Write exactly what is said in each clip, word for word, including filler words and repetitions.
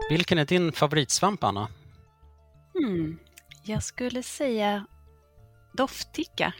Vilken är din favoritsvamp, Anna? Hmm. Jag skulle säga doftticka.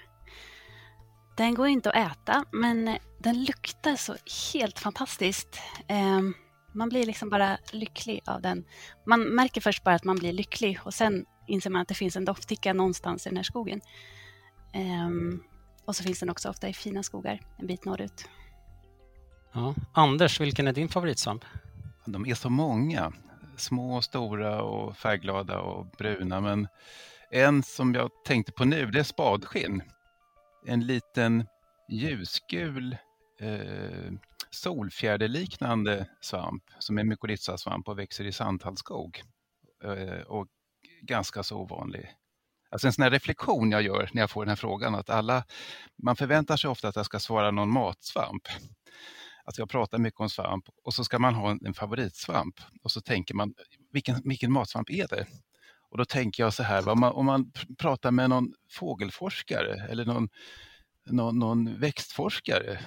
Den går inte att äta, men den luktar så helt fantastiskt. Eh, man blir liksom bara lycklig av den. Man märker först bara att man blir lycklig och sen inser man att det finns en doftticka någonstans i den här skogen. Eh, och så finns den också ofta i fina skogar en bit norrut. Ja. Anders, vilken är din favoritsvamp? De är så många. Små, stora och färgglada och bruna. Men en som jag tänkte på nu, det är spadskinn. En liten ljusgul eh, solfjäderliknande svamp som är mykorrhizasvamp och växer i sandtallskog. Eh, och ganska så ovanlig. Alltså en sån här reflektion jag gör när jag får den här frågan, att alla, man förväntar sig ofta att jag ska svara någon matsvamp. Alltså jag pratar mycket om svamp och så ska man ha en, en favoritsvamp och så tänker man, vilken, vilken matsvamp är det? Och då tänker jag så här, om man, om man pratar med någon fågelforskare eller någon, någon, någon växtforskare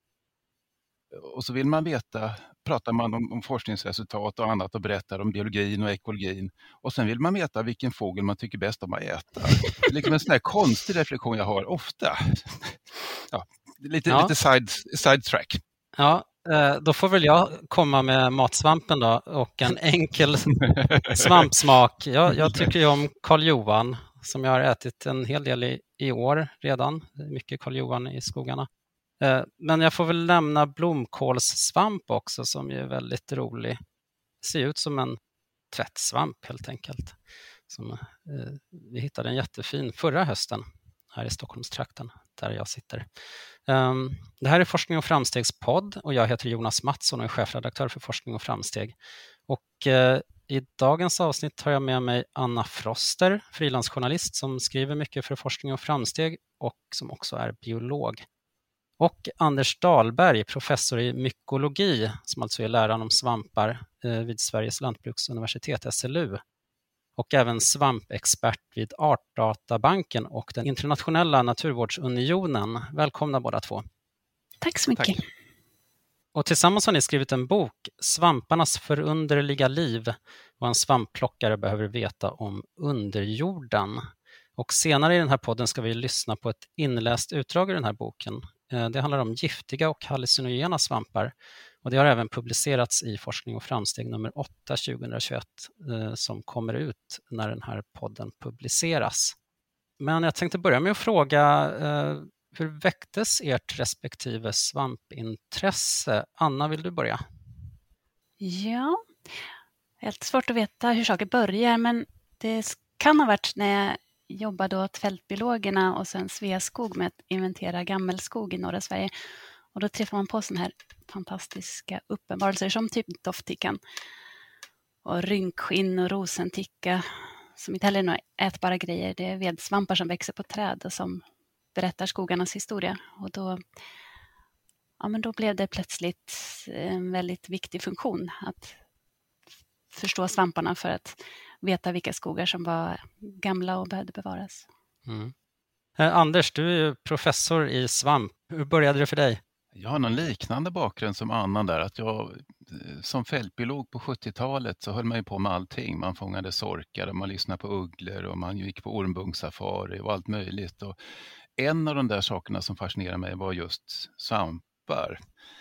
och så vill man veta, pratar man om, om forskningsresultat och annat och berättar om biologin och ekologin och sen vill man veta vilken fågel man tycker bäst om att äta. Det är liksom en sån här konstig reflektion jag har ofta. Ja, lite, Ja. lite side, side track. Ja, då får väl jag komma med matsvampen då och en enkel svampsmak. Jag, jag tycker ju om Karl Johan som jag har ätit en hel del i, i år redan. Det är mycket Karl Johan i skogarna. Men jag får väl nämna blomkålssvamp också som är väldigt rolig. Ser ut som en tvättsvamp helt enkelt. Som, vi hittade en jättefin förra hösten här i Stockholmstrakten där jag sitter. Um, det här är Forskning och framstegs podd och jag heter Jonas Mattsson och är chefredaktör för Forskning och framsteg. Och uh, i dagens avsnitt har jag med mig Anna Froster, frilansjournalist som skriver mycket för Forskning och framsteg och som också är biolog. Och Anders Dahlberg, professor i mykologi som alltså är läran om svampar uh, vid Sveriges lantbruksuniversitet S L U. Och även svampexpert vid Artdatabanken och den internationella naturvårdsunionen. Välkomna båda två. Tack så mycket. Tack. Och tillsammans har ni skrivit en bok, Svamparnas förunderliga liv, vad en svampplockare behöver veta om underjorden. Och senare i den här podden ska vi lyssna på ett inläst utdrag ur den här boken. Det handlar om giftiga och hallucinogena svampar. Och det har även publicerats i Forskning och framsteg nummer åtta tjugohundratjugoett eh, som kommer ut när den här podden publiceras. Men jag tänkte börja med att fråga, eh, hur väcktes ert respektive svampintresse? Anna, vill du börja? Ja, helt svårt att veta hur saker börjar, men det kan ha varit när jag jobbade åt Fältbiologerna och sen Sveaskog med att inventera gammelskog i norra Sverige. Och då träffar man på såna här fantastiska uppenbarelser som typ dofttickan och rynkskinn och rosenticka som inte heller är några ätbara grejer. Det är vedsvampar som växer på träd och som berättar skogarnas historia. Och då, ja, men då blev det plötsligt en väldigt viktig funktion att förstå svamparna för att veta vilka skogar som var gamla och behövde bevaras. Mm. Eh, Anders, du är ju professor i svamp. Hur började det för dig? Jag har någon liknande bakgrund som Anna där, att jag som fältbiolog på sjuttiotalet så höll man ju på med allting. Man fångade sorkar och man lyssnade på ugglor och man gick på ormbungssafari och allt möjligt. Och en av de där sakerna som fascinerade mig var just svampar.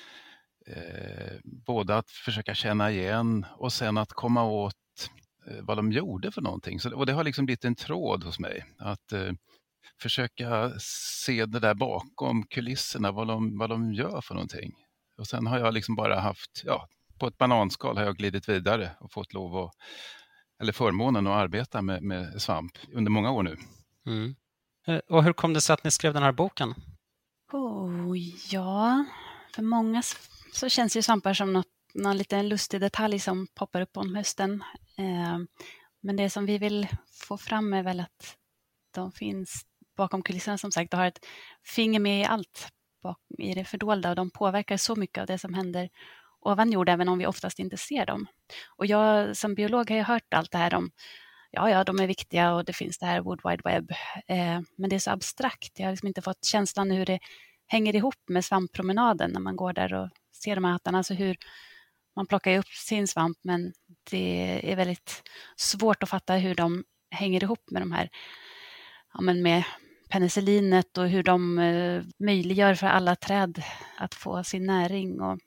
Eh, både att försöka känna igen och sen att komma åt eh, vad de gjorde för någonting. Så, och det har liksom blivit en tråd hos mig att eh, försöka se det där bakom kulisserna, vad de, vad de gör för någonting. Och sen har jag liksom bara haft, ja, på ett bananskal har jag glidit vidare och fått lov att, eller förmånen att arbeta med, med svamp under många år nu. Mm. Och hur kom det sig att ni skrev den här boken? Oh, ja, för många så känns ju svampar som något, någon liten lustig detalj som poppar upp om hösten. Eh, men det som vi vill få fram är väl att de finns bakom kulisserna, som sagt, och har ett finger med i allt bak, i det fördolda, och de påverkar så mycket av det som händer ovan jord, även om vi oftast inte ser dem. Och jag som biolog har ju hört allt det här om, ja, ja, de är viktiga och det finns det här World Wide Web, eh, men det är så abstrakt. Jag har liksom inte fått känslan hur det hänger ihop med svamppromenaden när man går där och ser de här hattarna, alltså hur man plockar ju upp sin svamp, men det är väldigt svårt att fatta hur de hänger ihop med de här, ja, men med penicillinet och hur de eh, möjliggör för alla träd att få sin näring. Och,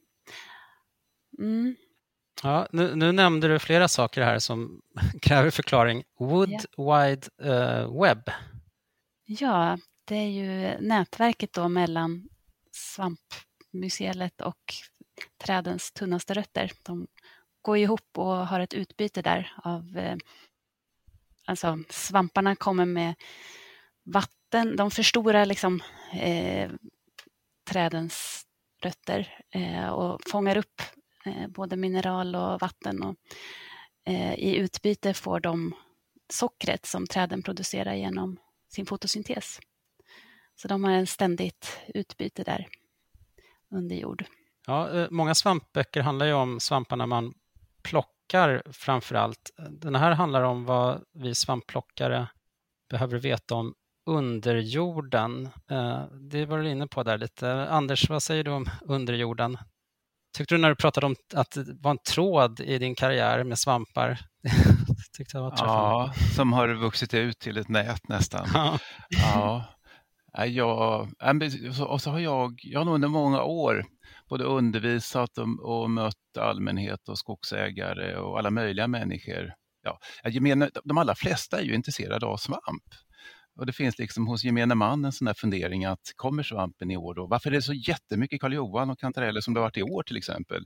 mm. Ja, nu, nu nämnde du flera saker här som kräver förklaring. Wood yeah. Wide uh, Web. Ja, det är ju nätverket då mellan svampmycelet och trädens tunnaste rötter. De går ihop och har ett utbyte där av, eh, alltså svamparna kommer med vatten, de förstorar liksom eh, trädens rötter eh, och fångar upp eh, både mineral och vatten, och eh, i utbyte får de sockret som träden producerar genom sin fotosyntes. Så de har en ständigt utbyte där under jord. Ja, många svampböcker handlar ju om svamparna man plockar framför allt. Den här handlar om vad vi svampplockare behöver veta om underjorden. Det var du inne på där lite. Anders, vad säger du om underjorden? Tyckte du när du pratade om att det var en tråd i din karriär med svampar? Tyckte jag var ja, som har vuxit ut till ett nät nästan. Ja. Ja. Jag, och så har jag, jag har under många år både undervisat och, och mött allmänhet och skogsägare och alla möjliga människor. Ja, jag menar, de allra flesta är ju intresserade av svamp. Och det finns liksom hos gemene man en sån där fundering att kommer svampen i år då? Varför är det så jättemycket Karl Johan och kantareller som det har varit i år till exempel?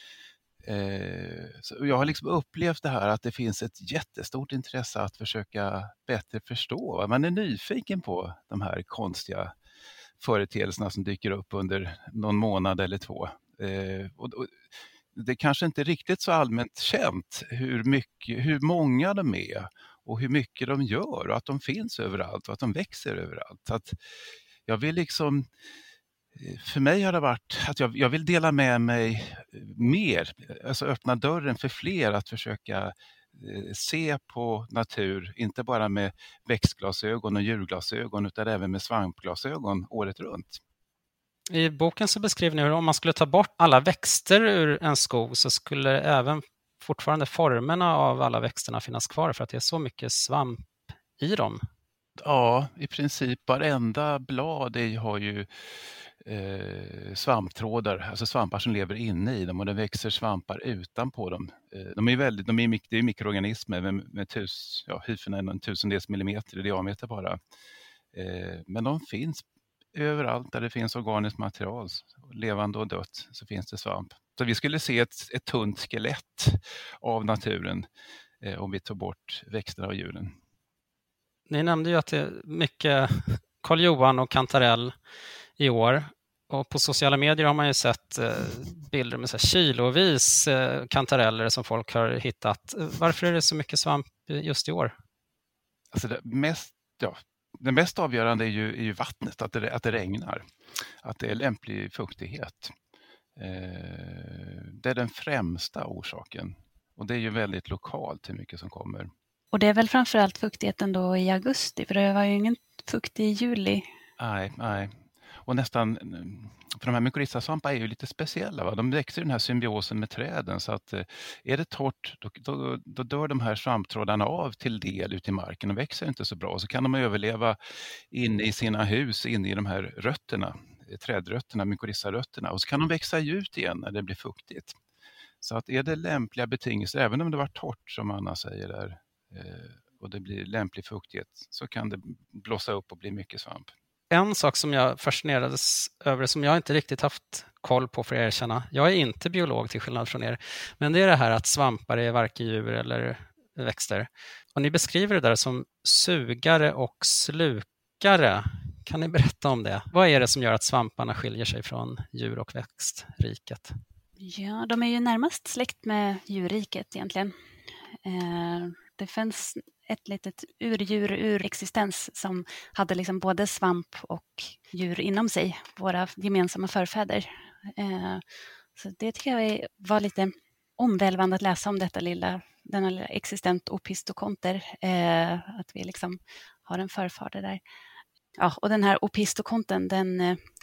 Eh, så jag har liksom upplevt det här att det finns ett jättestort intresse att försöka bättre förstå. Man är nyfiken på de här konstiga företeelserna som dyker upp under någon månad eller två. Eh, och, och det är kanske inte riktigt så allmänt känt hur, mycket, hur många de är och hur mycket de gör och att de finns överallt och att de växer överallt. Så att jag vill liksom, för mig har det varit att jag, jag vill dela med mig mer, alltså öppna dörren för fler att försöka se på natur, inte bara med växtglasögon och djurglasögon utan även med svampglasögon året runt. I boken så beskriver ni hur om man skulle ta bort alla växter ur en skog så skulle även fortfarande formerna av alla växterna finnas kvar för att det är så mycket svamp i dem. Ja, i princip varenda blad har ju eh, svamptrådar, alltså svampar som lever inne i dem och det växer svampar utanpå dem. Eh, de är väldigt, de är, det är mikroorganismer med, med tus, ja, hyfen är en tusendels millimeter i diameter bara. Eh, men de finns överallt där det finns organiskt material, levande och dött, så finns det svamp. Så vi skulle se ett, ett tunt skelett av naturen eh, om vi tog bort växterna och djuren. Ni nämnde ju att det är mycket Karl Johan och kantarell i år. Och på sociala medier har man ju sett eh, bilder med så här kilovis eh, kantareller som folk har hittat. Varför är det så mycket svamp just i år? Alltså det mest, ja, det mest avgörande är ju, är ju vattnet, att det, att det regnar. Att det är lämplig fuktighet. Eh, det är den främsta orsaken. Och det är ju väldigt lokalt hur mycket som kommer. Och det är väl framförallt fuktigheten då i augusti, för det var ju ingen fukt i juli. Nej, nej. Och nästan, för de här mykorrhizasvampar är ju lite speciella. Va? De växer i den här symbiosen med träden, så att är det torrt då, då, då dör de här svamptrådarna av till del ute i marken och växer inte så bra. Och så kan de överleva inne i sina hus, inne i de här rötterna, trädrötterna, mykorrhizarötterna. Och så kan de växa ut igen när det blir fuktigt. Så att är det lämpliga betingelser, även om det var torrt som Anna säger där, och det blir lämplig fuktighet, så kan det blåsa upp och bli mycket svamp. En sak som jag fascinerades över, som jag inte riktigt haft koll på för att erkänna, jag är inte biolog till skillnad från er, men det är det här att svampar är varken djur eller växter. Och ni beskriver det där som sugare och slukare. Kan ni berätta om det? Vad är det som gör att svamparna skiljer sig från djur- och växtriket? Ja, de är ju närmast släkt med djurriket egentligen. Eh, det finns ett litet urdjur ur existens som hade liksom både svamp och djur inom sig, våra gemensamma förfäder. Eh, så det tycker jag var lite omvälvande att läsa om detta lilla, denna lilla existent opistokonter, eh, att vi liksom har en förfader där. Ja, och den här opistokonten, den,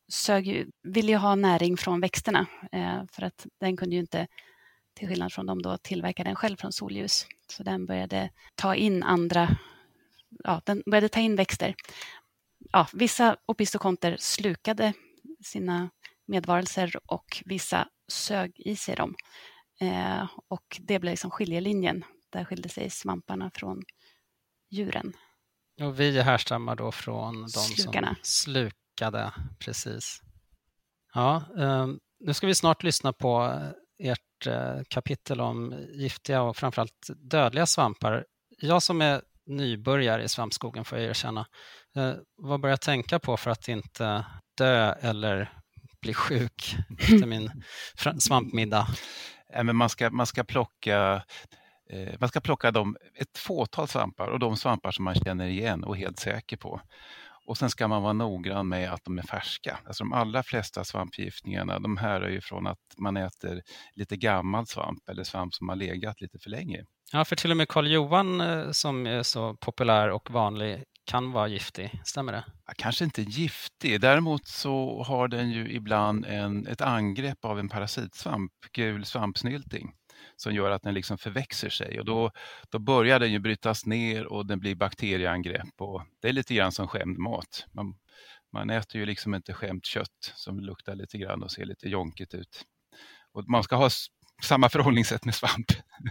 sög ju, ville ju ha näring från växterna eh, för att den kunde ju inte, till skillnad från dem då, tillverka den själv från solljus. Så den började ta in andra, ja, den började ta in växter. Ja, vissa opistokonter slukade sina medvarelser och vissa sög i sig dem. Eh, och det blev liksom skiljelinjen. Där skilde sig svamparna från djuren. Och vi härstammar då från de Slukarna. som slukade, precis. Ja, eh, nu ska vi snart lyssna på ert eh, kapitel om giftiga och framförallt dödliga svampar. Jag som är nybörjare i svampskogen får jag erkänna. Eh, vad börjar jag tänka på för att inte dö eller bli sjuk efter min svampmiddag? Ja, men man, ska, man ska plocka, eh, man ska plocka dem, ett fåtal svampar och de svampar som man känner igen och är helt säker på. Och sen ska man vara noggrann med att de är färska. Alltså de allra flesta svampförgiftningarna, de här är ju från att man äter lite gammal svamp eller svamp som har legat lite för länge. Ja, för till och med Karl Johan som är så populär och vanlig kan vara giftig, stämmer det? Ja, kanske inte giftig, däremot så har den ju ibland en, ett angrepp av en parasitsvamp, gul svampsnylting, som gör att den liksom förväxer sig och då, då börjar den ju brytas ner och den blir bakterieangrepp och det är lite grann som skämd mat. Man, man äter ju liksom inte skämt kött som luktar lite grann och ser lite jonkigt ut. Och man ska ha samma förhållningssätt med svamp.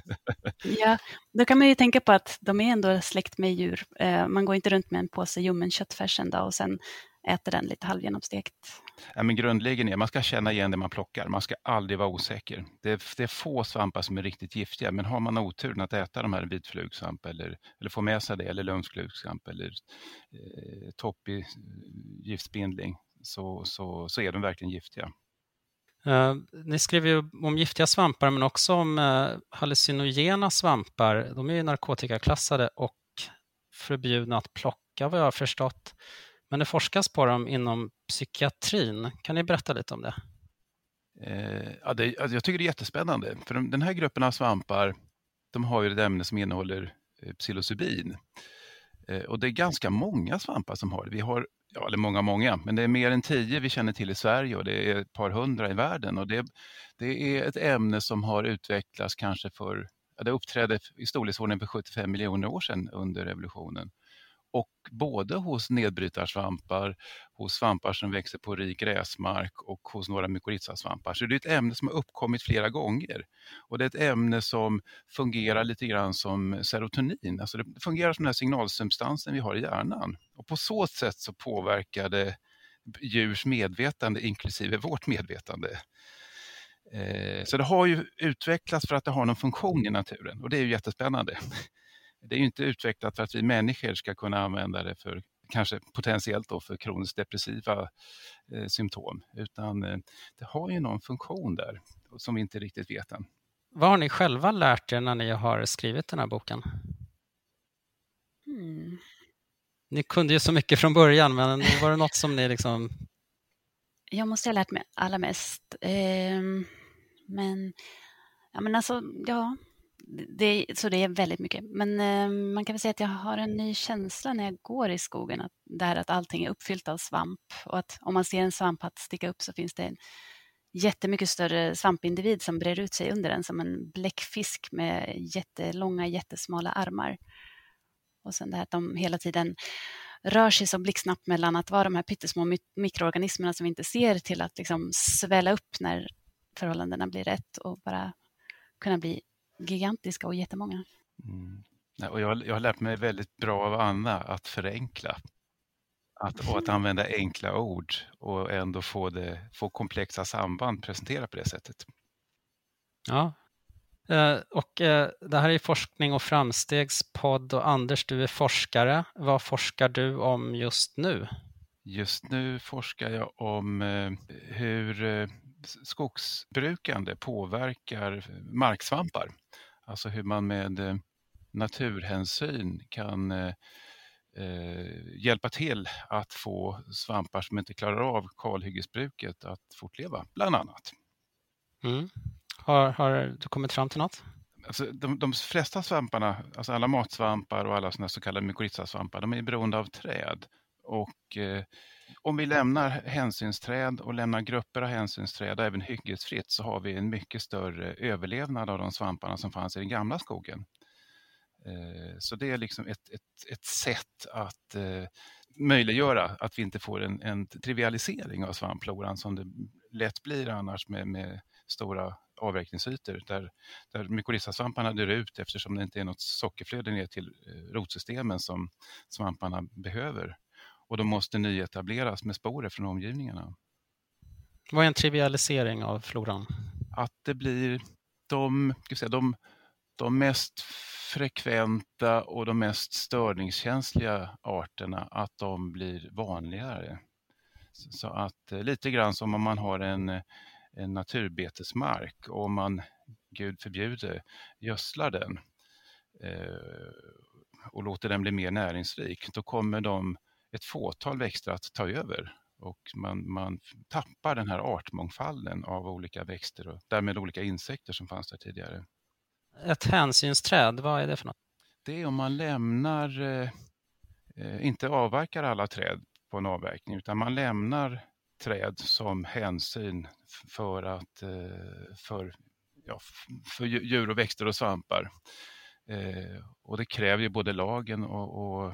Ja, då kan man ju tänka på att de är ändå släkt med djur. Man går inte runt med en påse ljummen köttfärs en dag och sen äter den lite halvgenomstekt. Ja, men grundläggande är man ska känna igen det man plockar. Man ska aldrig vara osäker. Det är, det är få svampar som är riktigt giftiga, men har man oturen att äta de här vitflugsvamp eller, eller få med sig det, eller lömskflugsvamp eller eh, toppig giftspindling, så, så, så är de verkligen giftiga. Uh, ni skriver ju om giftiga svampar men också om uh, hallucinogena svampar. De är ju narkotikaklassade och förbjudna att plocka vad jag har förstått. Men det forskas på dem inom psykiatrin. Kan ni berätta lite om det? Uh, ja, det, alltså jag tycker det är jättespännande. För de, den här gruppen av svampar, de har ju ett ämne som innehåller uh, psilocybin. Uh, och det är ganska många svampar som har det. Vi har Ja, eller många, många, men det är mer än tio vi känner till i Sverige och det är ett par hundra i världen. Och det, det är ett ämne som har utvecklats kanske för, ja, det uppträdde i storleksordningen för sjuttiofem miljoner år sedan under evolutionen. Och både hos nedbrytarsvampar, hos svampar som växer på rik gräsmark och hos några mykorrhizasvampar. Så det är ett ämne som har uppkommit flera gånger. Och det är ett ämne som fungerar lite grann som serotonin. Alltså det fungerar som den här signalsubstansen vi har i hjärnan. Och på så sätt så påverkar det djurs medvetande inklusive vårt medvetande. Eh, så det har ju utvecklats för att det har någon funktion i naturen och det är ju jättespännande. Det är ju inte utvecklat för att vi människor ska kunna använda det för kanske potentiellt då för kroniskt depressiva eh, symptom, utan eh, det har ju någon funktion där som vi inte riktigt vet än. Vad har ni själva lärt er när ni har skrivit den här boken? Hmm. Ni kunde ju så mycket från början, men var det något som ni liksom... Jag måste ha lärt mig allra mest. Eh, men, ja, men alltså, ja... Det, så det är väldigt mycket. Men eh, man kan väl säga att jag har en ny känsla när jag går i skogen. Att, där att allting är uppfyllt av svamp. Och att om man ser en svamphatt sticka upp så finns det en jättemycket större svampindivid som brer ut sig under den. Som en bläckfisk med jättelånga, jättesmala armar. Och sen det här att de hela tiden rör sig så blixtsnabbt mellan att vara de här pyttesmå mikroorganismerna som vi inte ser till att liksom svälla upp när förhållandena blir rätt. Och bara kunna bli gigantiska och jättemånga. Mm. Ja, och jag, jag har lärt mig väldigt bra av Anna att förenkla. Att, och att använda enkla ord och ändå få, det, få komplexa samband presentera på det sättet. Ja, och det här är Forskning och framstegspodd och Anders, du är forskare. Vad forskar du om just nu? Just nu forskar jag om hur skogsbrukande påverkar marksvampar. Alltså hur man med naturhänsyn kan eh, hjälpa till att få svampar som inte klarar av kalhyggesbruket att fortleva, bland annat. Mm. Har, har du kommit fram till något? Alltså de, de flesta svamparna, alltså alla matsvampar och alla såna så kallade mykorrhizasvampar, de är beroende av träd. Och eh, Om vi lämnar hänsynsträd och lämnar grupper av hänsynsträd och även hyggesfritt så har vi en mycket större överlevnad av de svamparna som fanns i den gamla skogen. Så det är liksom ett, ett, ett sätt att eh, möjliggöra att vi inte får en, en trivialisering av svampfloran som det lätt blir annars med, med stora avverkningsytor där, där mykorrhizasvamparna dör ut eftersom det inte är något sockerflöde ner till rotsystemen som svamparna behöver. Och de måste nyetableras med sporer från omgivningarna. Vad är en trivialisering av floran? Att det blir de, ska säga, de, de mest frekventa och de mest störningskänsliga arterna, att de blir vanligare. Så att lite grann som om man har en, en naturbetesmark och om man, Gud förbjude, gödslar den eh, och låter den bli mer näringsrik, då kommer de ett fåtal växter att ta över och man, man tappar den här artmångfalden av olika växter och därmed olika insekter som fanns där tidigare. Ett hänsynsträd, vad är det för något? Det är om man lämnar, eh, inte avverkar alla träd på en avverkning utan man lämnar träd som hänsyn för, att, eh, för, ja, för djur och växter och svampar. Eh, och det kräver ju både lagen och, och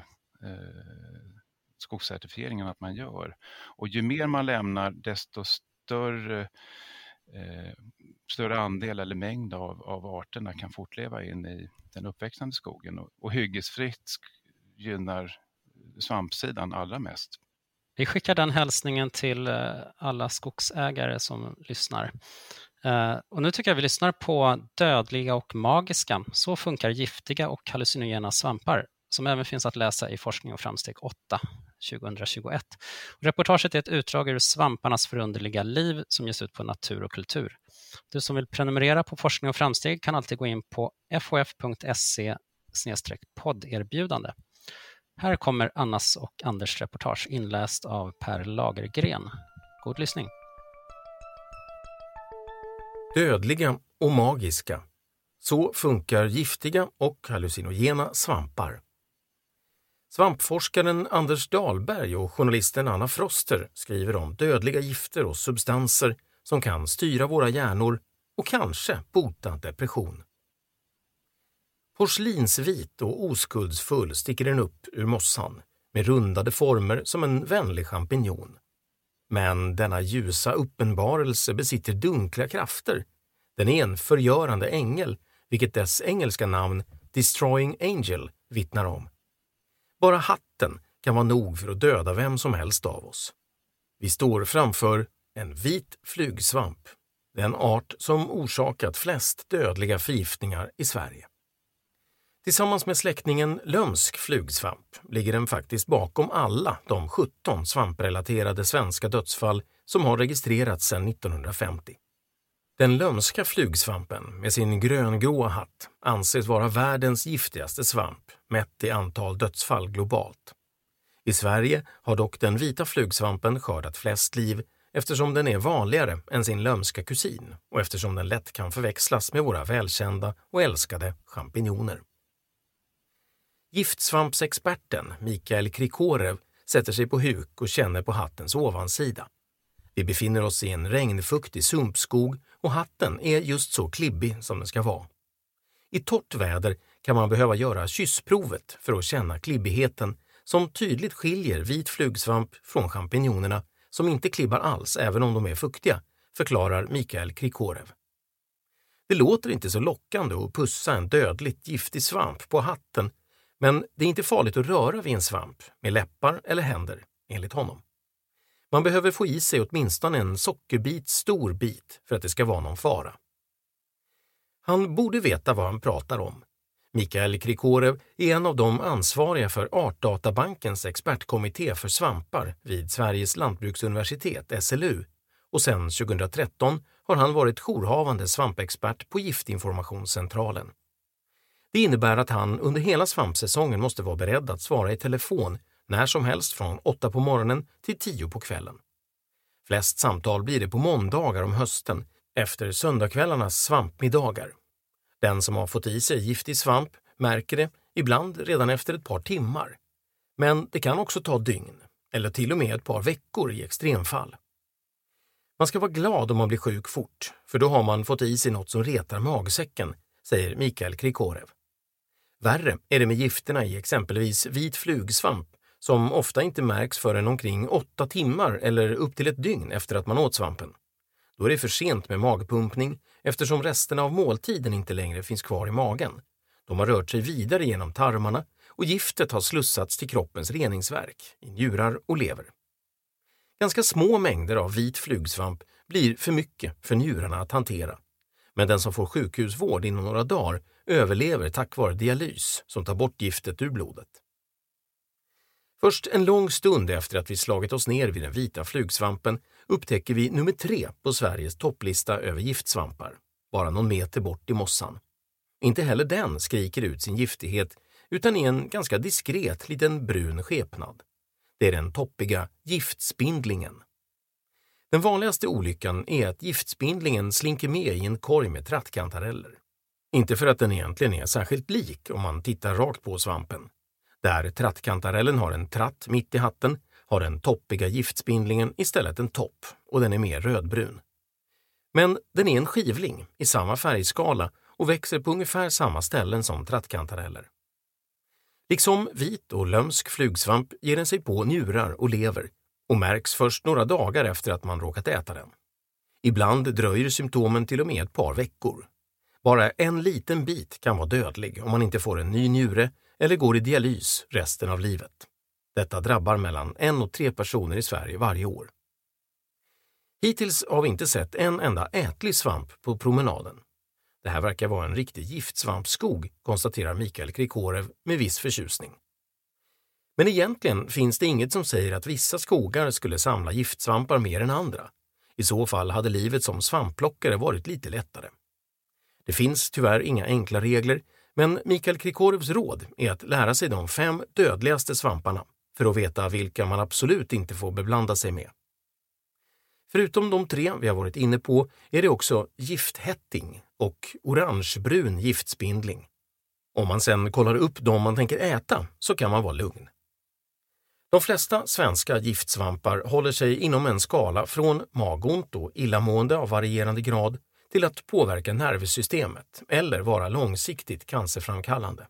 eh, skogscertifieringen att man gör. Och ju mer man lämnar desto större, eh, större andel eller mängd av, av arterna kan fortleva in i den uppväxande skogen. Och, och hyggesfritt gynnar svampsidan allra mest. Vi skickar den hälsningen till alla skogsägare som lyssnar. Och nu tycker jag vi lyssnar på Dödliga och magiska. Så funkar giftiga och hallucinogena svampar som även finns att läsa i Forskning och framsteg åtta tjugohundratjugoett. Reportaget är ett utdrag ur Svamparnas förunderliga liv som ges ut på Natur och kultur. Du som vill prenumerera på Forskning och framsteg kan alltid gå in på fof.se snedstreck podderbjudande. Här kommer Annas och Anders reportage inläst av Per Lagergren. God lyssning. Dödliga och magiska. Så funkar giftiga och hallucinogena svampar. Svampforskaren Anders Dahlberg och journalisten Anna Froster skriver om dödliga gifter och substanser som kan styra våra hjärnor och kanske bota depression. Porslinsvit och oskuldsfull sticker den upp ur mossan med rundade former som en vänlig champinjon. Men denna ljusa uppenbarelse besitter dunkla krafter. Den är en förgörande ängel, vilket dess engelska namn Destroying Angel vittnar om. Bara hatten kan vara nog för att döda vem som helst av oss. Vi står framför en vit flugsvamp, den art som orsakat flest dödliga förgiftningar i Sverige. Tillsammans med släktningen lömsk flugsvamp ligger den faktiskt bakom alla de sjutton svamprelaterade svenska dödsfall som har registrerats sedan nittonhundrafemtio. Den lömska flugsvampen med sin gröngråa hatt anses vara världens giftigaste svamp mätt i antal dödsfall globalt. I Sverige har dock den vita flugsvampen skördat flest liv eftersom den är vanligare än sin lömska kusin och eftersom den lätt kan förväxlas med våra välkända och älskade champinjoner. Giftsvampsexperten Mikael Krikorev sätter sig på huk och känner på hattens ovansida. Vi befinner oss i en regnfuktig sumpskog och hatten är just så klibbig som den ska vara. I torrt väder kan man behöva göra kyssprovet för att känna klibbigheten som tydligt skiljer vit flugsvamp från champinjonerna som inte klibbar alls även om de är fuktiga, förklarar Mikael Krikorev. Det låter inte så lockande att pussa en dödligt giftig svamp på hatten, men det är inte farligt att röra vid en svamp med läppar eller händer, enligt honom. Man behöver få i sig åtminstone en sockerbit stor bit för att det ska vara någon fara. Han borde veta vad han pratar om. Mikael Krikorev är en av de ansvariga för Artdatabankens expertkommitté för svampar vid Sveriges lantbruksuniversitet, S L U, och sedan tjugohundratretton har han varit jourhavande svampexpert på Giftinformationscentralen. Det innebär att han under hela svampsäsongen måste vara beredd att svara i telefon när som helst från åtta på morgonen till tio på kvällen. Flest samtal blir det på måndagar om hösten efter söndagskvällarnas svampmiddagar. Den som har fått i sig giftig svamp märker det ibland redan efter ett par timmar. Men det kan också ta dygn, eller till och med ett par veckor i extremfall. Man ska vara glad om man blir sjuk fort, för då har man fått i sig något som retar magsäcken, säger Mikael Krikorev. Värre är det med gifterna i exempelvis vit flugsvamp, som ofta inte märks förrän omkring åtta timmar eller upp till ett dygn efter att man åt svampen. Då är det för sent med magpumpning eftersom resterna av måltiden inte längre finns kvar i magen. De har rört sig vidare genom tarmarna och giftet har slussats till kroppens reningsverk, i njurar och lever. Ganska små mängder av vit flugsvamp blir för mycket för njurarna att hantera. Men den som får sjukhusvård inom några dagar överlever tack vare dialys som tar bort giftet ur blodet. Först en lång stund efter att vi slagit oss ner vid den vita flugsvampen upptäcker vi nummer tre på Sveriges topplista över giftsvampar, bara någon meter bort i mossan. Inte heller den skriker ut sin giftighet utan är en ganska diskret liten brun skepnad. Det är den toppiga giftspindlingen. Den vanligaste olyckan är att giftspindlingen slinker med i en korg med trattkantareller. Inte för att den egentligen är särskilt lik om man tittar rakt på svampen. Där trattkantarellen har en tratt mitt i hatten har den toppiga giftspindlingen istället en topp och den är mer rödbrun. Men den är en skivling i samma färgskala och växer på ungefär samma ställen som trattkantareller. Liksom vit och lömsk flugsvamp ger den sig på njurar och lever och märks först några dagar efter att man råkat äta den. Ibland dröjer symptomen till och med ett par veckor. Bara en liten bit kan vara dödlig om man inte får en ny njure eller går i dialys resten av livet. Detta drabbar mellan en och tre personer i Sverige varje år. Hittills har vi inte sett en enda ätlig svamp på promenaden. Det här verkar vara en riktig giftsvampskog, konstaterar Mikael Krikorev med viss förtjusning. Men egentligen finns det inget som säger att vissa skogar skulle samla giftsvampar mer än andra. I så fall hade livet som svampplockare varit lite lättare. Det finns tyvärr inga enkla regler, men Mikael Krikorevs råd är att lära sig de fem dödligaste svamparna för att veta vilka man absolut inte får beblanda sig med. Förutom de tre vi har varit inne på är det också gifthätting och orangebrun giftspindling. Om man sedan kollar upp de man tänker äta så kan man vara lugn. De flesta svenska giftsvampar håller sig inom en skala från magont och illamående av varierande grad till att påverka nervsystemet eller vara långsiktigt cancerframkallande.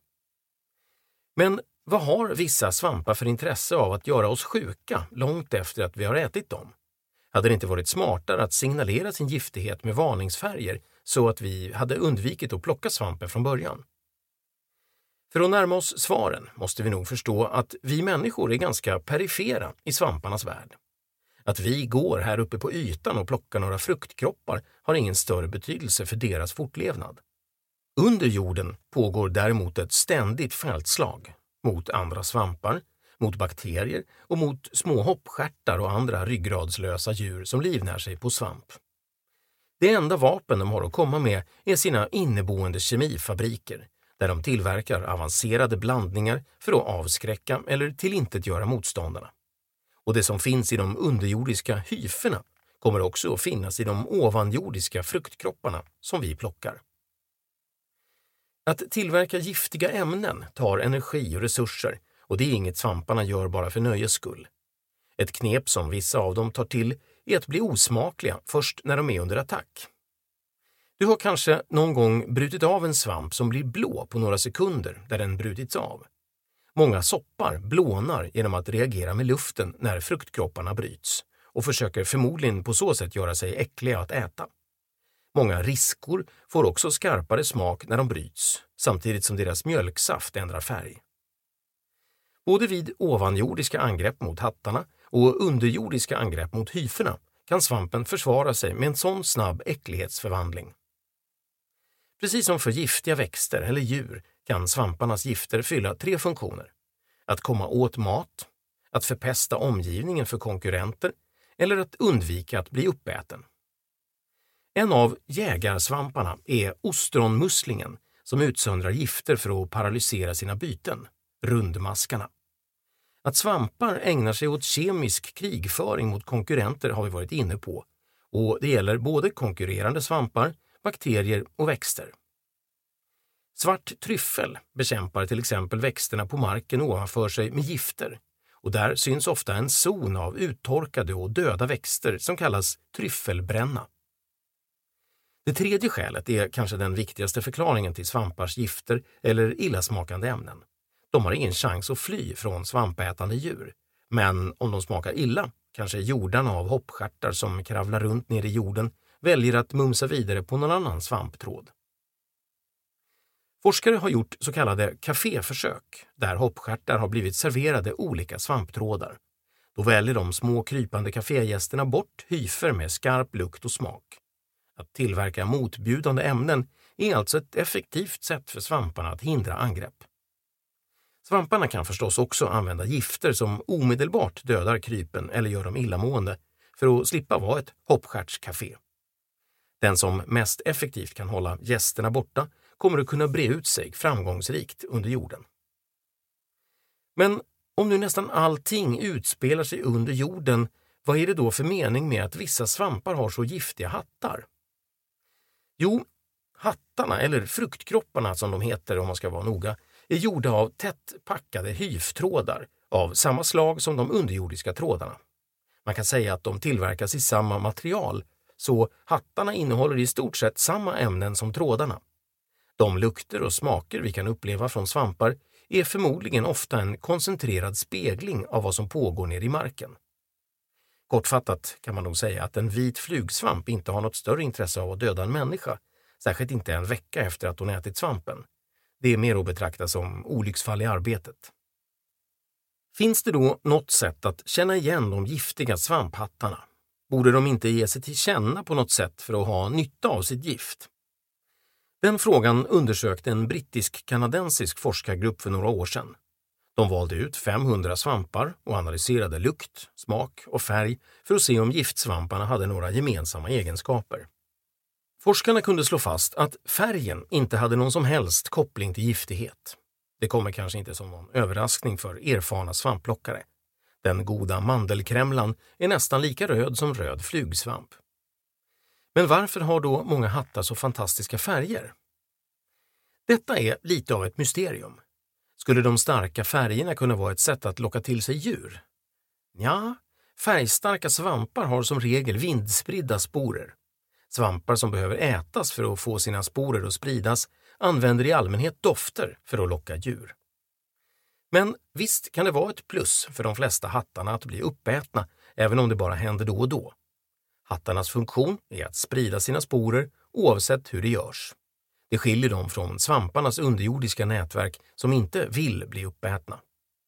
Men vad har vissa svampar för intresse av att göra oss sjuka långt efter att vi har ätit dem? Hade det inte varit smartare att signalera sin giftighet med varningsfärger så att vi hade undvikit att plocka svampen från början? För att närma oss svaren måste vi nog förstå att vi människor är ganska perifera i svamparnas värld. Att vi går här uppe på ytan och plockar några fruktkroppar har ingen större betydelse för deras fortlevnad. Under jorden pågår däremot ett ständigt fältslag mot andra svampar, mot bakterier och mot små hoppstjärtar och andra ryggradslösa djur som livnär sig på svamp. Det enda vapen de har att komma med är sina inneboende kemifabriker där de tillverkar avancerade blandningar för att avskräcka eller tillintetgöra motståndarna. Och det som finns i de underjordiska hyferna kommer också att finnas i de ovanjordiska fruktkropparna som vi plockar. Att tillverka giftiga ämnen tar energi och resurser och det är inget svamparna gör bara för nöjes skull. Ett knep som vissa av dem tar till är att bli osmakliga först när de är under attack. Du har kanske någon gång brutit av en svamp som blir blå på några sekunder där den brutits av. Många soppar blånar genom att reagera med luften när fruktkropparna bryts och försöker förmodligen på så sätt göra sig äckliga att äta. Många riskor får också skarpare smak när de bryts, samtidigt som deras mjölksaft ändrar färg. Både vid ovanjordiska angrepp mot hattarna och underjordiska angrepp mot hyferna kan svampen försvara sig med en sån snabb äcklighetsförvandling. Precis som för giftiga växter eller djur kan svamparnas gifter fylla tre funktioner. Att komma åt mat, att förpesta omgivningen för konkurrenter eller att undvika att bli uppäten. En av jägarsvamparna är ostronmusslingen som utsöndrar gifter för att paralysera sina byten, rundmaskarna. Att svampar ägnar sig åt kemisk krigföring mot konkurrenter har vi varit inne på och det gäller både konkurrerande svampar, bakterier och växter. Svart tryffel bekämpar till exempel växterna på marken ovanför sig med gifter och där syns ofta en zon av uttorkade och döda växter som kallas tryffelbränna. Det tredje skälet är kanske den viktigaste förklaringen till svampars gifter eller illasmakande ämnen. De har ingen chans att fly från svampätande djur, men om de smakar illa, kanske jordarna av hoppstjärtar som kravlar runt ner i jorden väljer att mumsa vidare på någon annan svamptråd. Forskare har gjort så kallade kaféförsök där hoppstjärtar har blivit serverade olika svamptrådar. Då väljer de små krypande kafégästerna bort hyfer med skarp lukt och smak. Att tillverka motbjudande ämnen är alltså ett effektivt sätt för svamparna att hindra angrepp. Svamparna kan förstås också använda gifter som omedelbart dödar krypen eller gör dem illamående för att slippa vara ett hoppstjärtscafé. Den som mest effektivt kan hålla gästerna borta kommer att kunna bre ut sig framgångsrikt under jorden. Men om nu nästan allting utspelar sig under jorden, vad är det då för mening med att vissa svampar har så giftiga hattar? Jo, hattarna, eller fruktkropparna som de heter om man ska vara noga, är gjorda av tätt packade hyftrådar av samma slag som de underjordiska trådarna. Man kan säga att de tillverkas i samma material, så hattarna innehåller i stort sett samma ämnen som trådarna. De lukter och smaker vi kan uppleva från svampar är förmodligen ofta en koncentrerad spegling av vad som pågår ner i marken. Kortfattat kan man nog säga att en vit flugsvamp inte har något större intresse av att döda en människa, särskilt inte en vecka efter att hon ätit svampen. Det är mer att betrakta som olycksfall i arbetet. Finns det då något sätt att känna igen de giftiga svamphattarna? Borde de inte ge sig till känna på något sätt för att ha nytta av sitt gift? Den frågan undersökte en brittisk-kanadensisk forskargrupp för några år sedan. De valde ut femhundra svampar och analyserade lukt, smak och färg för att se om giftsvamparna hade några gemensamma egenskaper. Forskarna kunde slå fast att färgen inte hade någon som helst koppling till giftighet. Det kommer kanske inte som någon överraskning för erfarna svampplockare. Den goda mandelkremlan är nästan lika röd som röd flugsvamp. Men varför har då många hattar så fantastiska färger? Detta är lite av ett mysterium. Skulle de starka färgerna kunna vara ett sätt att locka till sig djur? Ja, färgstarka svampar har som regel vindspridda sporer. Svampar som behöver ätas för att få sina sporer att spridas använder i allmänhet dofter för att locka djur. Men visst kan det vara ett plus för de flesta hattarna att bli uppätna, även om det bara händer då och då. Hattarnas funktion är att sprida sina sporer oavsett hur det görs. Det skiljer dem från svamparnas underjordiska nätverk som inte vill bli uppätna.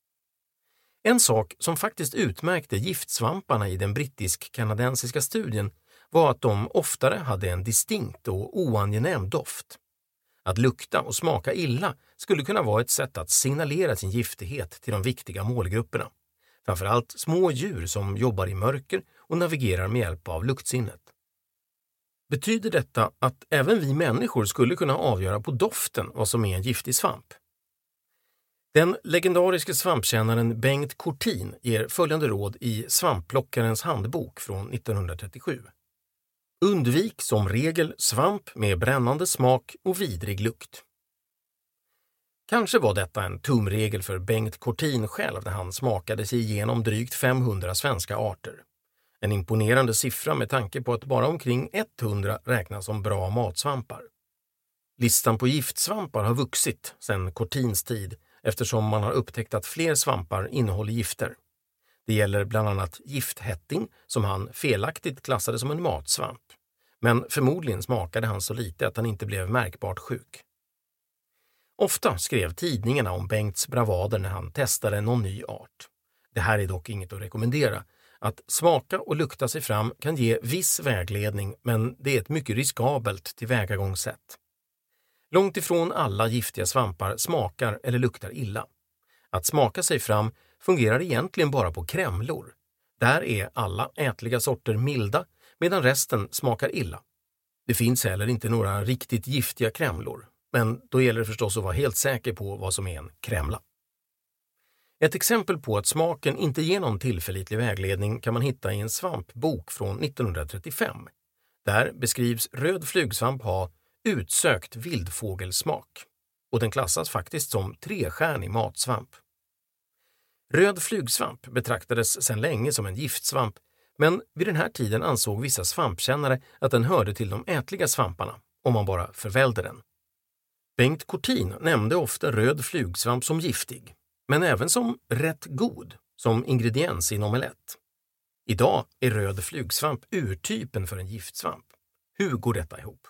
En sak som faktiskt utmärkte giftsvamparna i den brittisk-kanadensiska studien var att de oftare hade en distinkt och oangenäm doft. Att lukta och smaka illa skulle kunna vara ett sätt att signalera sin giftighet till de viktiga målgrupperna. Framförallt små djur som jobbar i mörker och navigerar med hjälp av luktsinnet. Betyder detta att även vi människor skulle kunna avgöra på doften vad som är en giftig svamp? Den legendariske svampkännaren Bengt Cortin ger följande råd i Svampplockarens handbok från nittonhundratrettiosju. Undvik som regel svamp med brännande smak och vidrig lukt. Kanske var detta en tumregel för Bengt Cortin själv när han smakade sig igenom drygt femhundra svenska arter. En imponerande siffra med tanke på att bara omkring hundra räknas som bra matsvampar. Listan på giftsvampar har vuxit sedan Cortins tid eftersom man har upptäckt att fler svampar innehåller gifter. Det gäller bland annat gifthätting som han felaktigt klassade som en matsvamp. Men förmodligen smakade han så lite att han inte blev märkbart sjuk. Ofta skrev tidningarna om Bengts bravader när han testade någon ny art. Det här är dock inget att rekommendera. Att smaka och lukta sig fram kan ge viss vägledning, men det är ett mycket riskabelt tillvägagångssätt. Långt ifrån alla giftiga svampar smakar eller luktar illa. Att smaka sig fram fungerar egentligen bara på krämlor. Där är alla ätliga sorter milda medan resten smakar illa. Det finns heller inte några riktigt giftiga krämlor, men då gäller det förstås att vara helt säker på vad som är en krämla. Ett exempel på att smaken inte ger någon tillförlitlig vägledning kan man hitta i en svampbok från nittonhundratrettiofem. Där beskrivs röd flugsvamp ha utsökt vildfågelsmak och den klassas faktiskt som trestjärnig matsvamp. Röd flugsvamp betraktades sedan länge som en giftsvamp, men vid den här tiden ansåg vissa svampkännare att den hörde till de ätliga svamparna, om man bara förvällde den. Bengt Cortin nämnde ofta röd flugsvamp som giftig, men även som rätt god, som ingrediens i en omelett. Idag är röd flugsvamp urtypen för en giftsvamp. Hur går detta ihop?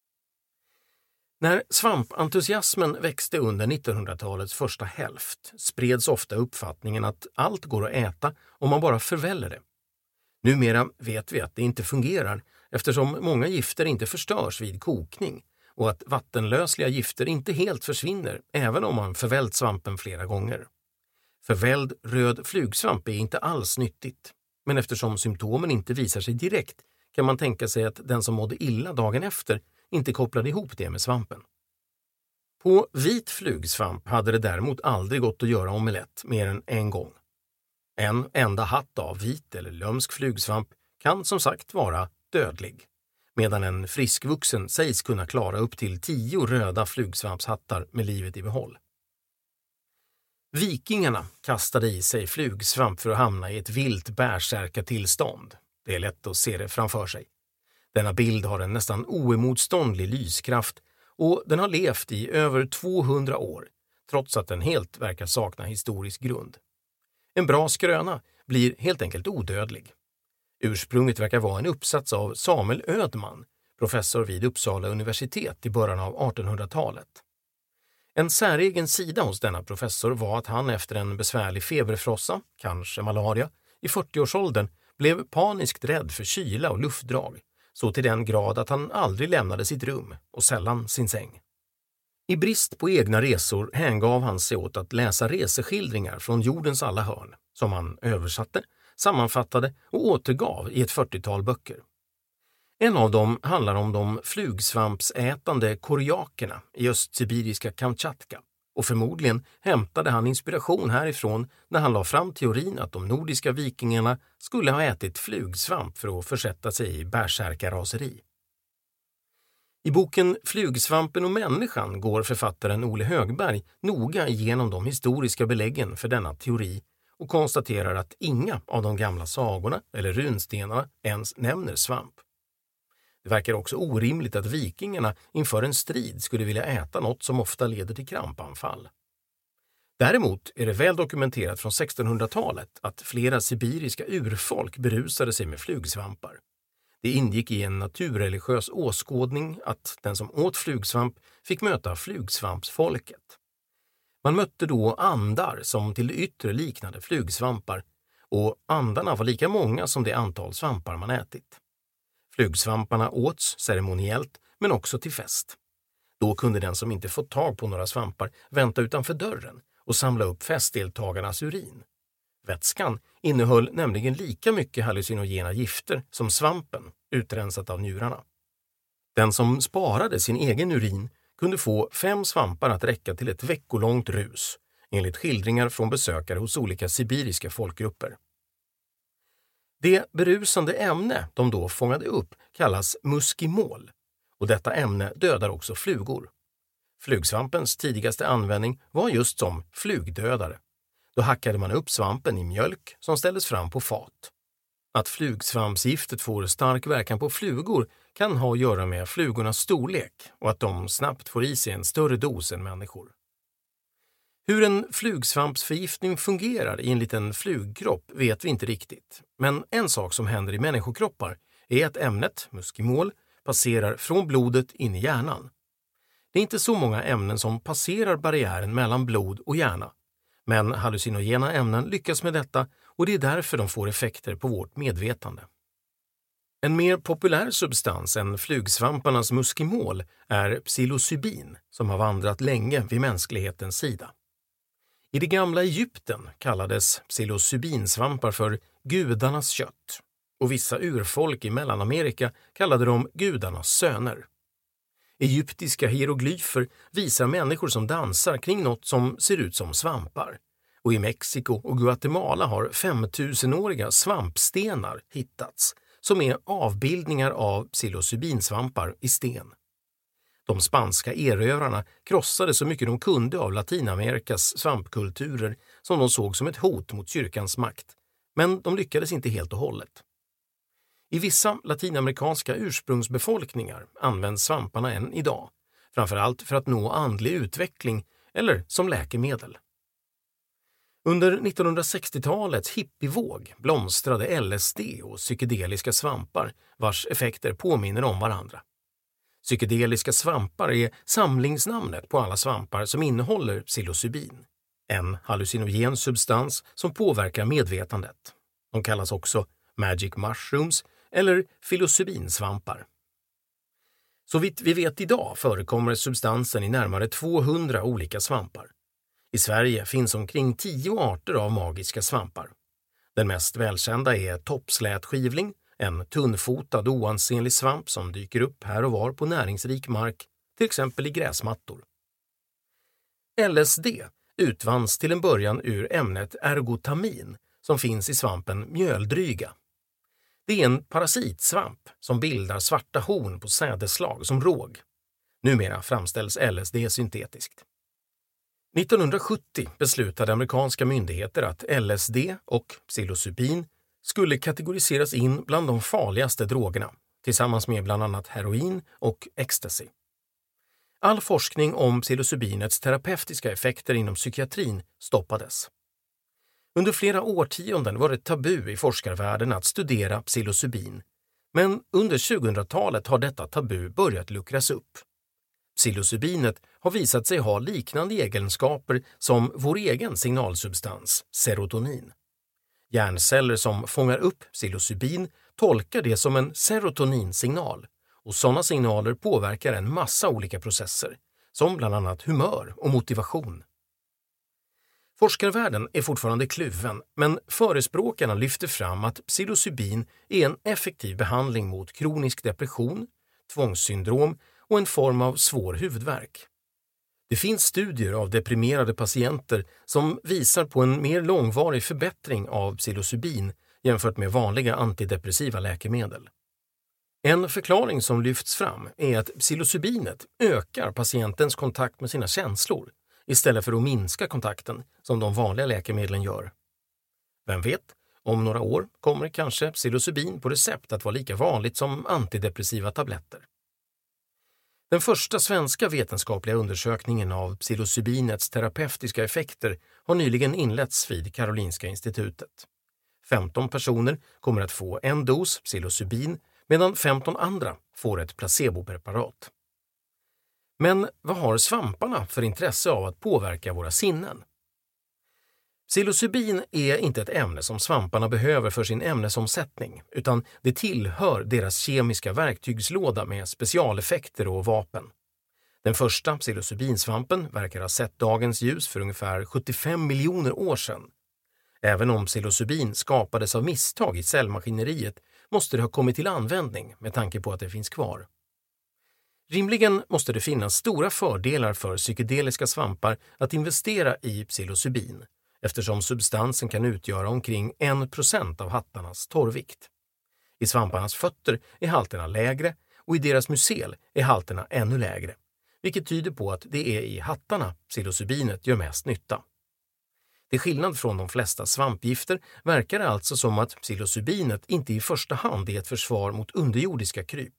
När svampentusiasmen växte under nittonhundratalets första hälft spreds ofta uppfattningen att allt går att äta om man bara förväller det. Numera vet vi att det inte fungerar eftersom många gifter inte förstörs vid kokning och att vattenlösliga gifter inte helt försvinner även om man förvällt svampen flera gånger. Förvälld röd flugsvamp är inte alls nyttigt, men eftersom symptomen inte visar sig direkt kan man tänka sig att den som mådde illa dagen efter inte kopplade ihop det med svampen. På vit flugsvamp hade det däremot aldrig gått att göra omelett mer än en gång. En enda hatt av vit eller lömsk flugsvamp kan som sagt vara dödlig, medan en friskvuxen sägs kunna klara upp till tio röda flugsvampshattar med livet i behåll. Vikingarna kastade i sig flugsvamp för att hamna i ett vilt bärsärkatillstånd. Det är lätt att se det framför sig. Denna bild har en nästan oemotståndlig lyskraft och den har levt i över tvåhundra år, trots att den helt verkar sakna historisk grund. En bra skröna blir helt enkelt odödlig. Ursprunget verkar vara en uppsats av Samuel Ödman, professor vid Uppsala universitet i början av artonhundratalet. En säregen sida hos denna professor var att han efter en besvärlig feberfrossa, kanske malaria, i fyrtioårsåldern blev paniskt rädd för kyla och luftdrag, så till den grad att han aldrig lämnade sitt rum och sällan sin säng. I brist på egna resor hängav han sig åt att läsa reseskildringar från jordens alla hörn, som han översatte, sammanfattade och återgav i ett fyrtiotal böcker. En av dem handlar om de flugsvampsätande korjakerna i östsibiriska Kamchatka, och förmodligen hämtade han inspiration härifrån när han la fram teorin att de nordiska vikingarna skulle ha ätit flugsvamp för att försätta sig i bärsärkaraseri. I boken Flugsvampen och människan går författaren Ole Högberg noga igenom de historiska beläggen för denna teori och konstaterar att inga av de gamla sagorna eller runstenarna ens nämner svamp. Det verkar också orimligt att vikingarna inför en strid skulle vilja äta något som ofta leder till krampanfall. Däremot är det väl dokumenterat från sextonhundratalet att flera sibiriska urfolk berusade sig med flugsvampar. Det ingick i en naturreligiös åskådning att den som åt flugsvamp fick möta flugsvampsfolket. Man mötte då andar som till det yttre liknade flugsvampar, och andarna var lika många som det antal svampar man ätit. Flugsvamparna åts ceremoniellt men också till fest. Då kunde den som inte fått tag på några svampar vänta utanför dörren och samla upp festdeltagarnas urin. Vätskan innehöll nämligen lika mycket hallucinogena gifter som svampen, utrensat av njurarna. Den som sparade sin egen urin kunde få fem svampar att räcka till ett veckolångt rus, enligt skildringar från besökare hos olika sibiriska folkgrupper. Det berusande ämne de då fångade upp kallas muskimol, och detta ämne dödar också flugor. Flugsvampens tidigaste användning var just som flugdödare. Då hackade man upp svampen i mjölk som ställdes fram på fat. Att flugsvampsgiftet får stark verkan på flugor kan ha att göra med flugornas storlek och att de snabbt får i sig en större dos än människor. Hur en flugsvampsförgiftning fungerar i en liten flugkropp vet vi inte riktigt, men en sak som händer i människokroppar är att ämnet, muskimol, passerar från blodet in i hjärnan. Det är inte så många ämnen som passerar barriären mellan blod och hjärna, men hallucinogena ämnen lyckas med detta och det är därför de får effekter på vårt medvetande. En mer populär substans än flugsvamparnas muskimol är psilocybin som har vandrat länge vid mänsklighetens sida. I det gamla Egypten kallades psilocybinsvampar för gudarnas kött och vissa urfolk i Mellanamerika kallade dem gudarnas söner. Egyptiska hieroglyfer visar människor som dansar kring något som ser ut som svampar. Och i Mexiko och Guatemala har femtusenåriga svampstenar hittats som är avbildningar av psilocybinsvampar i sten. De spanska erövrarna krossade så mycket de kunde av Latinamerikas svampkulturer som de såg som ett hot mot kyrkans makt, men de lyckades inte helt och hållet. I vissa latinamerikanska ursprungsbefolkningar används svamparna än idag, framförallt för att nå andlig utveckling eller som läkemedel. Under nittonhundrasextiotalets hippievåg blomstrade L S D och psykedeliska svampar vars effekter påminner om varandra. Psykedeliska svampar är samlingsnamnet på alla svampar som innehåller psilocybin, en hallucinogen substans som påverkar medvetandet. De kallas också magic mushrooms eller filocybinsvampar. Så vitt vi vet idag förekommer substansen i närmare tvåhundra olika svampar. I Sverige finns omkring tio arter av magiska svampar. Den mest välkända är toppslätskivling, en tunnfotad oansenlig svamp som dyker upp här och var på näringsrik mark, till exempel i gräsmattor. L S D utvanns till en början ur ämnet ergotamin som finns i svampen mjöldryga. Det är en parasitsvamp som bildar svarta horn på sädesslag som råg. Numera framställs L S D syntetiskt. nittonhundrasjuttio beslutade amerikanska myndigheter att L S D och psilocybin skulle kategoriseras in bland de farligaste drogerna, tillsammans med bland annat heroin och ecstasy. All forskning om psilocybinets terapeutiska effekter inom psykiatrin stoppades. Under flera årtionden var det tabu i forskarvärlden att studera psilocybin, men under tjugohundratalet har detta tabu börjat luckras upp. Psilocybinet har visat sig ha liknande egenskaper som vår egen signalsubstans, serotonin. Hjärnceller som fångar upp psilocybin tolkar det som en serotoninsignal, och sådana signaler påverkar en massa olika processer, som bland annat humör och motivation. Forskarvärlden är fortfarande kluven, men förespråkarna lyfter fram att psilocybin är en effektiv behandling mot kronisk depression, tvångssyndrom och en form av svår huvudvärk. Det finns studier av deprimerade patienter som visar på en mer långvarig förbättring av psilocybin jämfört med vanliga antidepressiva läkemedel. En förklaring som lyfts fram är att psilocybinet ökar patientens kontakt med sina känslor istället för att minska kontakten som de vanliga läkemedlen gör. Vem vet, om några år kommer kanske psilocybin på recept att vara lika vanligt som antidepressiva tabletter. Den första svenska vetenskapliga undersökningen av psilocybinets terapeutiska effekter har nyligen inletts vid Karolinska institutet. femton personer kommer att få en dos psilocybin medan femton andra får ett placebopreparat. Men vad har svamparna för intresse av att påverka våra sinnen? Psilocybin är inte ett ämne som svamparna behöver för sin ämnesomsättning, utan det tillhör deras kemiska verktygslåda med specialeffekter och vapen. Den första psilocybinsvampen verkar ha sett dagens ljus för ungefär sjuttiofem miljoner år sedan. Även om psilocybin skapades av misstag i cellmaskineriet måste det ha kommit till användning med tanke på att det finns kvar. Rimligen måste det finnas stora fördelar för psykedeliska svampar att investera i psilocybin, eftersom substansen kan utgöra omkring en procent av hattarnas torrvikt. I svamparnas fötter är halterna lägre och i deras mycel är halterna ännu lägre, vilket tyder på att det är i hattarna psilocybinet gör mest nytta. Till skillnad från de flesta svampgifter verkar det alltså som att psilocybinet inte i första hand är ett försvar mot underjordiska kryp.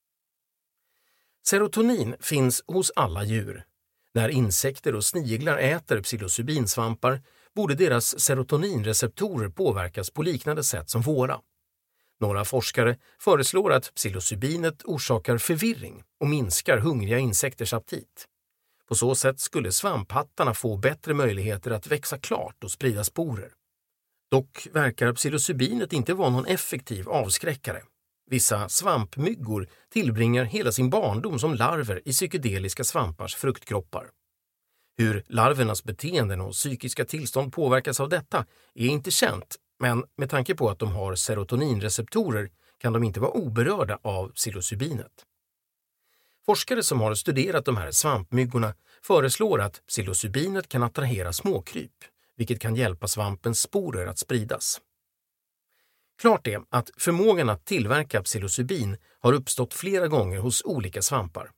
Serotonin finns hos alla djur. När insekter och sniglar äter psilocybinsvampar borde deras serotoninreceptorer påverkas på liknande sätt som våra. Några forskare föreslår att psilocybinet orsakar förvirring och minskar hungriga insekters aptit. På så sätt skulle svamphattarna få bättre möjligheter att växa klart och sprida sporer. Dock verkar psilocybinet inte vara någon effektiv avskräckare. Vissa svampmyggor tillbringar hela sin barndom som larver i psykedeliska svampars fruktkroppar. Hur larvernas beteenden och psykiska tillstånd påverkas av detta är inte känt, men med tanke på att de har serotoninreceptorer kan de inte vara oberörda av psilocybinet. Forskare som har studerat de här svampmyggorna föreslår att psilocybinet kan attrahera småkryp, vilket kan hjälpa svampens sporer att spridas. Klart är att förmågan att tillverka psilocybin har uppstått flera gånger hos olika svampar.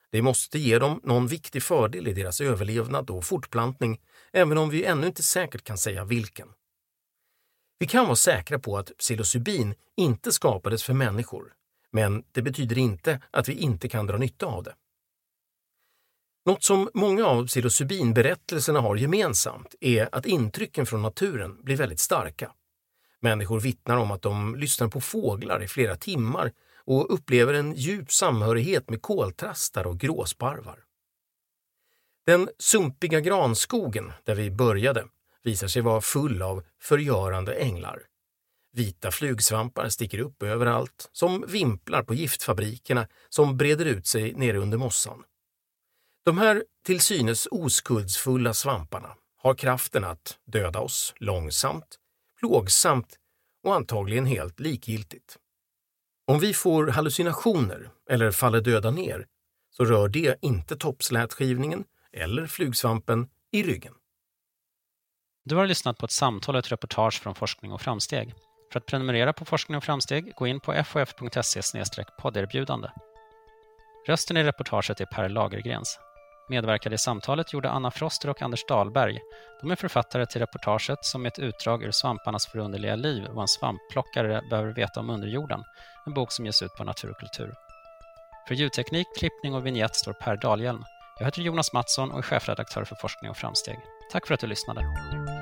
Det måste ge dem någon viktig fördel i deras överlevnad och fortplantning, även om vi ännu inte säkert kan säga vilken. Vi kan vara säkra på att psilocybin inte skapades för människor, men det betyder inte att vi inte kan dra nytta av det. Något som många av psilocybinberättelserna har gemensamt är att intrycken från naturen blir väldigt starka. Människor vittnar om att de lyssnar på fåglar i flera timmar och upplever en djup samhörighet med koltrastar och gråsparvar. Den sumpiga granskogen där vi började visar sig vara full av förgörande änglar. Vita flugsvampar sticker upp överallt, som vimplar på giftfabrikerna som breder ut sig nere under mossan. De här till synes oskuldsfulla svamparna har kraften att döda oss långsamt, plågsamt och antagligen helt likgiltigt. Om vi får hallucinationer eller faller döda ner så rör det inte toppslätskivningen eller flugsvampen i ryggen. Du har lyssnat på ett samtal och ett reportage från Forskning och framsteg. För att prenumerera på Forskning och framsteg, gå in på f o f punkt se slash podderbjudande. Rösten i reportaget är Per Lagergrens. Medverkade i samtalet gjorde Anna Froster och Anders Dahlberg. De är författare till reportaget som är ett utdrag ur Svamparnas förunderliga liv och en svampplockare behöver veta om underjorden. En bok som ges ut på Natur och kultur. För ljudteknik, klippning och vignett står Per Dahlhjelm. Jag heter Jonas Mattsson och är chefredaktör för Forskning och framsteg. Tack för att du lyssnade.